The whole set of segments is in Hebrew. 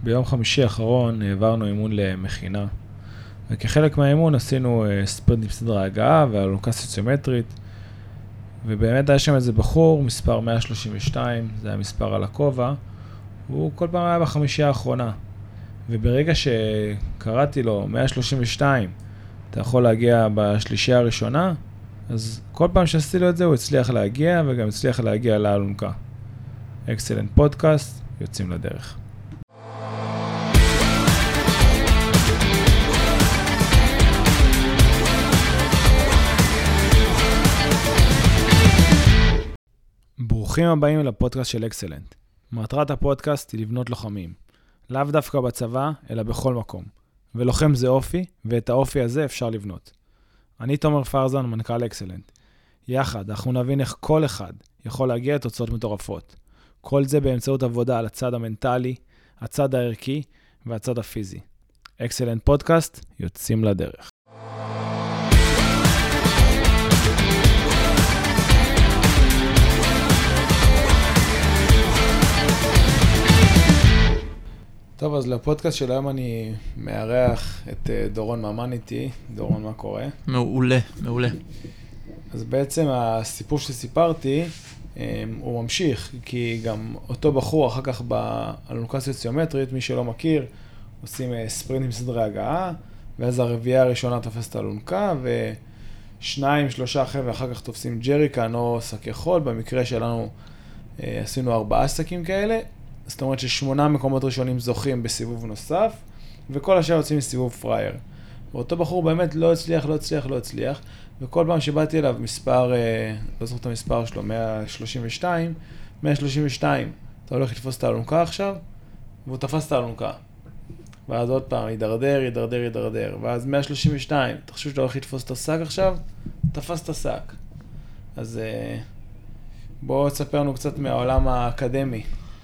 ביום חמישי האחרון העברנו אימון למכינה, וכחלק מהאימון עשינו ספרינט עם סדר ההגעה והאלונקה סוציומטרית, ובאמת היה שם איזה בחור, מספר 132, זה היה מספר על הכובע, הוא כל פעם היה בחמישייה האחרונה, וברגע שקראתי לו 132, אתה יכול להגיע בשלישייה הראשונה, אז כל פעם שעשיתי לו את זה הוא הצליח להגיע, וגם הצליח להגיע לאלונקה. אקסלנט פודקאסט, יוצאים לדרך. ברוכים הבאים לפודקאסט של אקסלנט. מטרת הפודקאסט היא לבנות לוחמים. לאו דווקא בצבא, אלא בכל מקום. ולוחם זה אופי, ואת האופי הזה אפשר לבנות. אני תומר פרזן, מנכ"ל אקסלנט. יחד, אנחנו נבין איך כל אחד יכול להגיע לתוצאות מטורפות. כל זה באמצעות עבודה על הצד המנטלי, הצד הערכי והצד הפיזי. אקסלנט פודקאסט, יוצאים לדרך. טוב, אז לפודקאסט של היום אני מארח את דורון מאמן איתי. דורון, מה קורה? מעולה, מעולה. אז בעצם הסיפור שסיפרתי, הוא ממשיך, כי גם אותו בחור אחר כך באלונקה סוציומטרית, מי שלא מכיר, עושים ספרינט עם סדרי הגעה, ואז הרביעייה הראשונה תופסת את האלונקה, ושניים, שלושה חבר'ה אחר כך תופסים ג'ריקן או שקי חול. במקרה שלנו עשינו 4 שקים כאלה, זאת אומרת ש8 מקומות ראשונים זוכים בסיבוב נוסף, וכל השאר יוצאים מסיבוב פרייר. ואותו בחור באמת לא הצליח, וכל פעם שבאתי אליו מספר, לא זוכר את המספר שלו, 132, אתה הולך לתפוס את האלונקה עכשיו, והוא תפס את האלונקה. ואז עוד פעם, ידרדר, ואז 132, אתה חושב שאתה הולך לתפוס את השק עכשיו, תפס את השק. אז בואו תספר לנו קצת מהעולם האקדמי.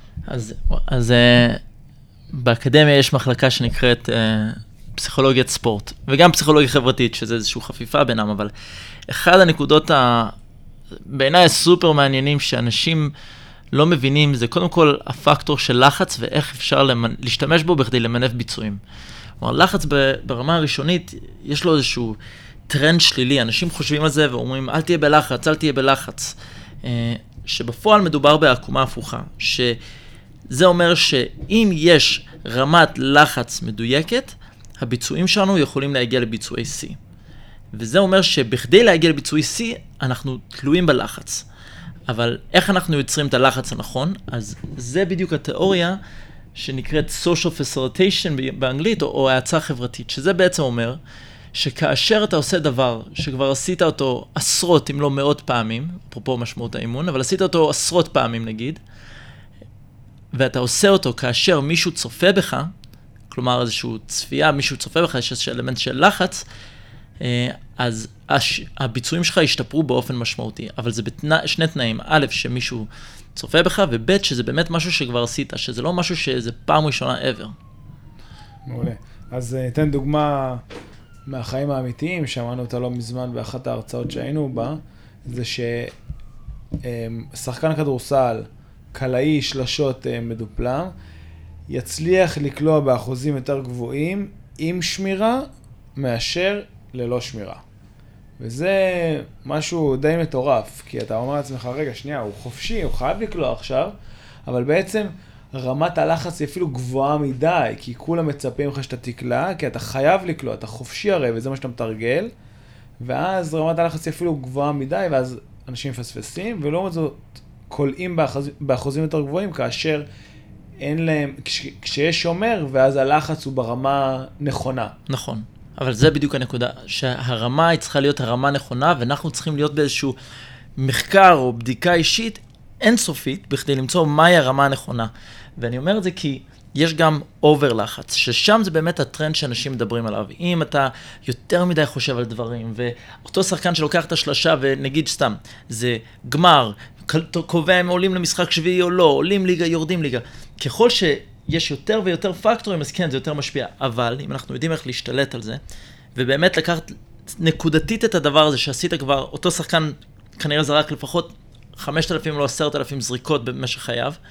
אז באקדמיה יש מחלקה שנקראת פסיכולוגיית ספורט, וגם פסיכולוגיה חברתית, שזה איזושהי חפיפה בינם, אבל אחד הנקודות בעיניי הסופר מעניינים שאנשים לא מבינים, זה קודם כל הפקטור של לחץ, ואיך אפשר להשתמש בו בכדי למנף ביצועים. כלומר, לחץ ברמה הראשונית, יש לו איזשהו טרנד שלילי, אנשים חושבים על זה ואומרים, אל תהיה בלחץ, שבפועל מדובר בעקומה הפוכה, שזה אומר שאם יש רמת לחץ מדויקת, הביצועים שלנו יכולים להגיע לביצועי C. וזה אומר שבכדי להגיע לביצועי C, אנחנו תלויים בלחץ. אבל איך אנחנו יוצרים את הלחץ הנכון? אז זה בדיוק התיאוריה שנקראת social facilitation באנגלית, או האצה חברתית, שזה בעצם אומר שכאשר אתה עושה דבר שכבר עשית אותו עשרות אם לא מאות פעמים, אפרופו משמעות האימון, אבל עשית אותו עשרות פעמים נגיד, ואתה עושה אותו כאשר מישהו צופה בך, כלומר איזשהו צפייה, מישהו צופה בך, יש איזשהו אלמנט של לחץ, אז הביצועים שלך ישתפרו באופן משמעותי, אבל זה בשני תנאים, א', שמישהו צופה בך, וב', שזה באמת משהו שכבר עשית, שזה לא משהו שזה פעם ראשונה ever. מעולה. אז ניתן דוגמה מהחיים האמיתיים, שמענו אותה לא מזמן באחת ההרצאות שהיינו בה, זה ששחקן כדורסל, קלעי שלשות מדופלם, יצליח לקלוע באחוזים יותר גבוהים עם שמירה מאשר ללא שמירה. וזה משהו די מטורף, כי אתה אומר לעצמך, רגע, שנייה, הוא חופשי, הוא חייב לקלוע עכשיו, אבל בעצם רמת הלחץ היא אפילו גבוהה מדי, כי כולם מצפים לך שאתה תקלע, כי אתה חייב לקלוע, אתה חופשי הרי, וזה מה שאתה מתרגל, ואז רמת הלחץ היא אפילו גבוהה מדי, ואז אנשים מפספסים, ולא זאת קולעים באחוזים יותר גבוהים, כאשר אין להם, כשיש שומר, ואז הלחץ הוא ברמה נכונה. נכון, אבל זה בדיוק הנקודה, שהרמה היא צריכה להיות הרמה נכונה, ואנחנו צריכים להיות באיזשהו מחקר או בדיקה אישית אינסופית, בכדי למצוא מהי הרמה הנכונה. ואני אומר את זה כי יש גם אובר לחץ, ששם זה באמת הטרנד שאנשים מדברים עליו. אם אתה יותר מדי חושב על דברים, ואותו שחקן שלוקח את השלשה, ונגיד סתם, זה גמר, קובע הם עולים למשחק שביעי או לא, עולים ליגה, יורדים ליגה. ככל שיש יותר ויותר פקטורים, אז כן, זה יותר משפיע. אבל אם אנחנו יודעים איך להשתלט על זה, ובאמת לקחת נקודתית את הדבר הזה שעשית כבר, אותו שחקן כנראה זרק לפחות 5,000 או 10,000 זריקות במשך חייו,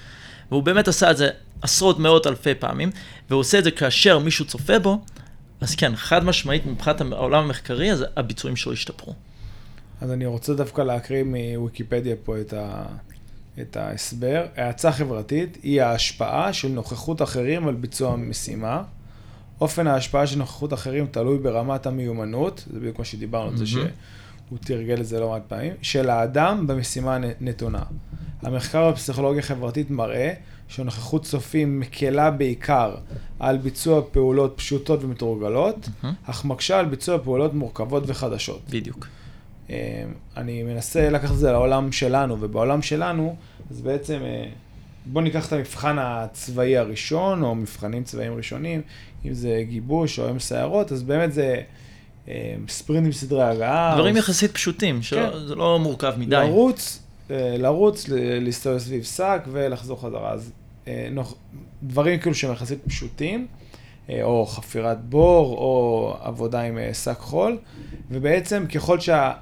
והוא באמת עשה את זה עשרות מאות אלפי פעמים, והוא עושה את זה כאשר מישהו צופה בו, אז כן, חד משמעית מבחינת העולם המחקרי, אז הביצועים שלו השתפרו. אז אני רוצה דווקא להקריא מוויקיפדיה פה את ההסבר. ההאצה חברתית היא ההשפעה של נוכחות אחרים על ביצוע משימה. אופן ההשפעה של נוכחות אחרים תלוי ברמת המיומנות, זה בדיוק מה שדיברנו, זה שהוא תרגל את זה לא מעט פעמים, של האדם במשימה נתונה. המחקר בפסיכולוגיה חברתית מראה שנוכחות צופים מקלה בעיקר על ביצוע פעולות פשוטות ומתורגלות, אך מקשה על ביצוע פעולות מורכבות וחדשות. בדיוק. אני מנסה לקחת את זה לעולם שלנו, ובעולם שלנו, אז בעצם בוא ניקח את המבחן הצבאי הראשון, או מבחנים צבאיים ראשונים, אם זה גיבוש או אם סיירות, אז באמת זה ספרינטים סדרי הגעה. דברים יחסית פשוטים, זה לא מורכב מדי. לרוץ, להסתובב סביב שק ולחזור חזרה. אז דברים כאילו שהם יחסית פשוטים, או חפירת בור, או עבודה עם שק חול, ובעצם ככל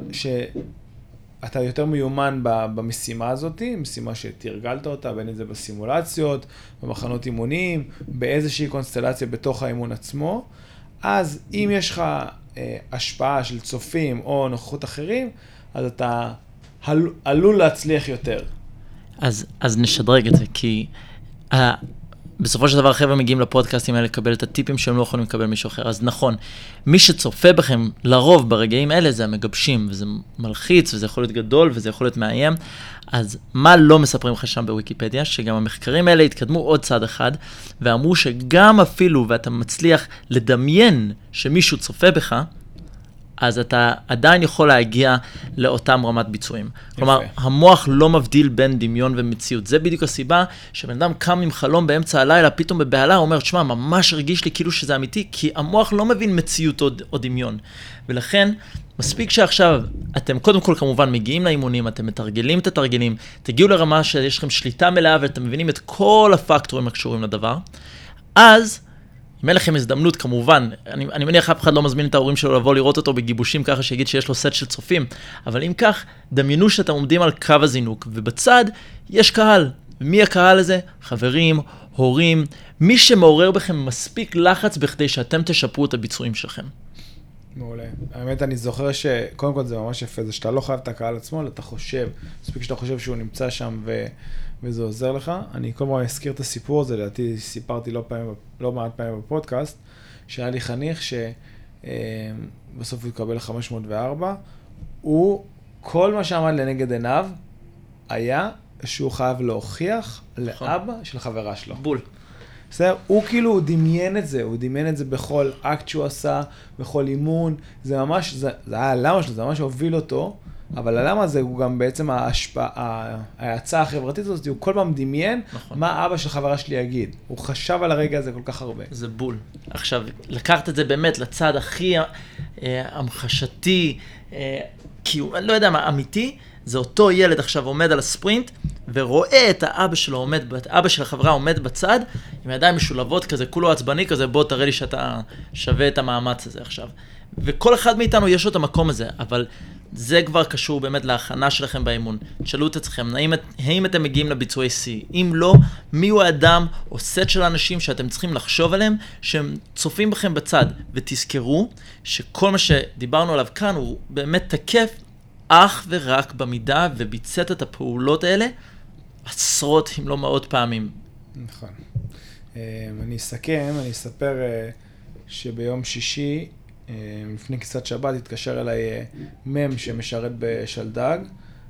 שאתה יותר מיומן במשימה הזאת, משימה שתרגלת אותה, בין אם זה בסימולציות, במחנות אימונים, באיזושהי קונסטלציה בתוך האימון עצמו, אז אם יש לך השפעה של צופים או נוכחות אחרים, אז אתה עלול להצליח יותר. אז נשדרג את זה, כי בסופו של דבר חבר'ה מגיעים לפודקאסטים האלה לקבל את הטיפים שהם לא יכולים לקבל מישהו אחר. אז נכון, מי שצופה בכם לרוב ברגעים האלה זה המגבשים, וזה מלחיץ, וזה יכול להיות גדול, וזה יכול להיות מאיים. אז מה לא מספרים לך שם בוויקיפדיה? שגם המחקרים האלה התקדמו עוד צעד אחד, ואמרו שגם אפילו, ואתה מצליח לדמיין שמישהו צופה בך, אז אתה עדיין יכול להגיע לאותם רמת ביצועים. כלומר, המוח לא מבדיל בין דמיון ומציאות. זה בדיוק הסיבה שבן אדם קם עם חלום באמצע הלילה, פתאום בבהלה, הוא אומר, תשמע, ממש הרגיש לי כאילו שזה אמיתי, כי המוח לא מבין מציאות או דמיון. ולכן, מספיק שעכשיו אתם קודם כל כמובן מגיעים לאימונים, אתם מתרגלים את התרגלים, תגיעו לרמה שיש לכם שליטה מלאה ואתם מבינים את כל הפקטורים הקשורים לדבר, אז אם אין לכם הזדמנות, כמובן, אני מניח אף אחד לא מזמין את ההורים שלו לבוא לראות אותו בגיבושים ככה שיגיד שיש לו סט של צופים, אבל אם כך, דמיינו שאתם עומדים על קו הזינוק, ובצד יש קהל. ומי הקהל הזה? חברים, הורים, מי שמעורר בכם מספיק לחץ בכדי שאתם תשפרו את הביצועים שלכם. מעולה. האמת, אני זוכר שקודם כל זה ממש יפה, זה שאתה לא חייב את הקהל עצמו, אתה חושב, מספיק שאתה חושב שהוא נמצא שם וזה עוזר לך. אני כל פעם אזכיר את הסיפור הזה, לדעתי סיפרתי לא מעט פעמים בפודקאסט, שהיה לי חניך שבסוף הוא התקבל ל-504, כל מה שעמד לנגד עיניו היה שהוא חייב להוכיח לאבא של חברה שלו. בול. בסדר? הוא כאילו, הוא דמיין את זה בכל אקט שהוא עשה, בכל אימון, זה ממש, זה היה הלמה שלו, זה ממש הוביל אותו, אבל הלמה הזה הוא גם בעצם ההאצה החברתית הזאת, הוא כל פעם דמיין מה אבא של חברה שלי יגיד. הוא חשב על הרגע הזה כל כך הרבה. זה בול. עכשיו, לקחת את זה באמת לצד הכי המחשתי, כי הוא, אני לא יודע מה, אמיתי, זה אותו ילד עכשיו עומד על הספרינט, ורואה את אבא של החברה עומד בצד, עם ידיים משולבות כזה, כולו עצבני כזה, בוא תראה לי שאתה שווה את המאמץ הזה עכשיו. וכל אחד מאיתנו יש לו את המקום הזה, אבל זה כבר קשור באמת להכנה שלכם באימון. תשאלו את עצמכם, האם אתם מגיעים לביצועי C? אם לא, מי הוא האדם או סט של אנשים שאתם צריכים לחשוב עליהם, שהם צופים בכם בצד, ותזכרו שכל מה שדיברנו עליו כאן הוא באמת תקף, אך ורק במידה וביצעת את הפעולות האלה עשרות אם לא מאות פעמים. נכון. אני אספר שביום שישי, לפני כניסת שבת, התקשר אליי מם שמשרת בשלדג,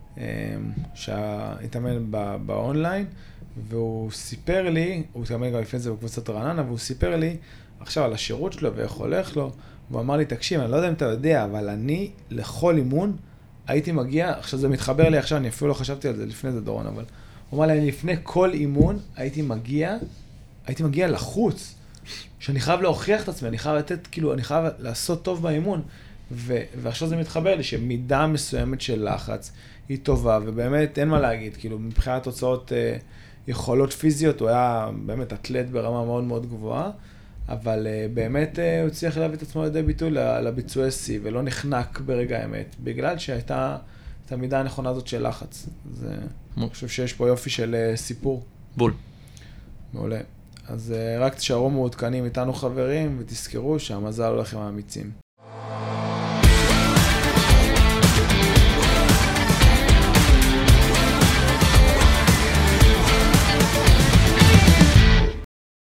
שהתאמן באונליין, והוא סיפר לי, הוא התאמן גם לפני זה בקבוצת רעננה, והוא סיפר לי עכשיו על השירות שלו ואיך הולך לו, והוא אמר לי, תקשיב, אני לא יודע אם אתה יודע, אבל אני לכל אימון, הייתי מגיע, עכשיו זה מתחבר לי עכשיו, אני אפילו לא חשבתי על זה לפני זה דורון, אבל הוא אמר לי, לפני כל אימון הייתי מגיע לחוץ, שאני חייב להוכיח את עצמי, אני חייב לתת, כאילו, אני חייב לעשות טוב באימון, ועכשיו זה מתחבר לי שמידה מסוימת של לחץ היא טובה, ובאמת אין מה להגיד, כאילו, מבחינת תוצאות יכולות פיזיות, הוא היה באמת אתלט ברמה מאוד מאוד גבוהה, אבל באמת הוא הצליח להביא את עצמו לידי ביטוי לביצועי C, ולא נחנק ברגע האמת, בגלל שהייתה את המידה הנכונה הזאת של לחץ. אני חושב שיש פה יופי של סיפור. בול. מעולה. אז רק תשארו מעודכנים איתנו חברים, ותזכרו שהמזל הולך עם האמיצים.